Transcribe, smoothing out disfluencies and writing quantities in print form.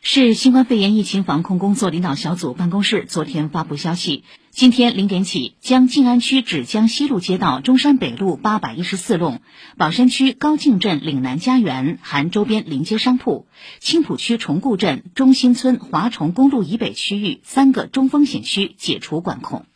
市新冠肺炎疫情防控工作领导小组办公室昨天发布消息，今天0点起，将静安区芷江西路街道中山北路814弄、宝山区高敬镇岭南家园含周边临街商铺、青浦区重固镇中心村华崇公路以北区域3个中风险区解除管控。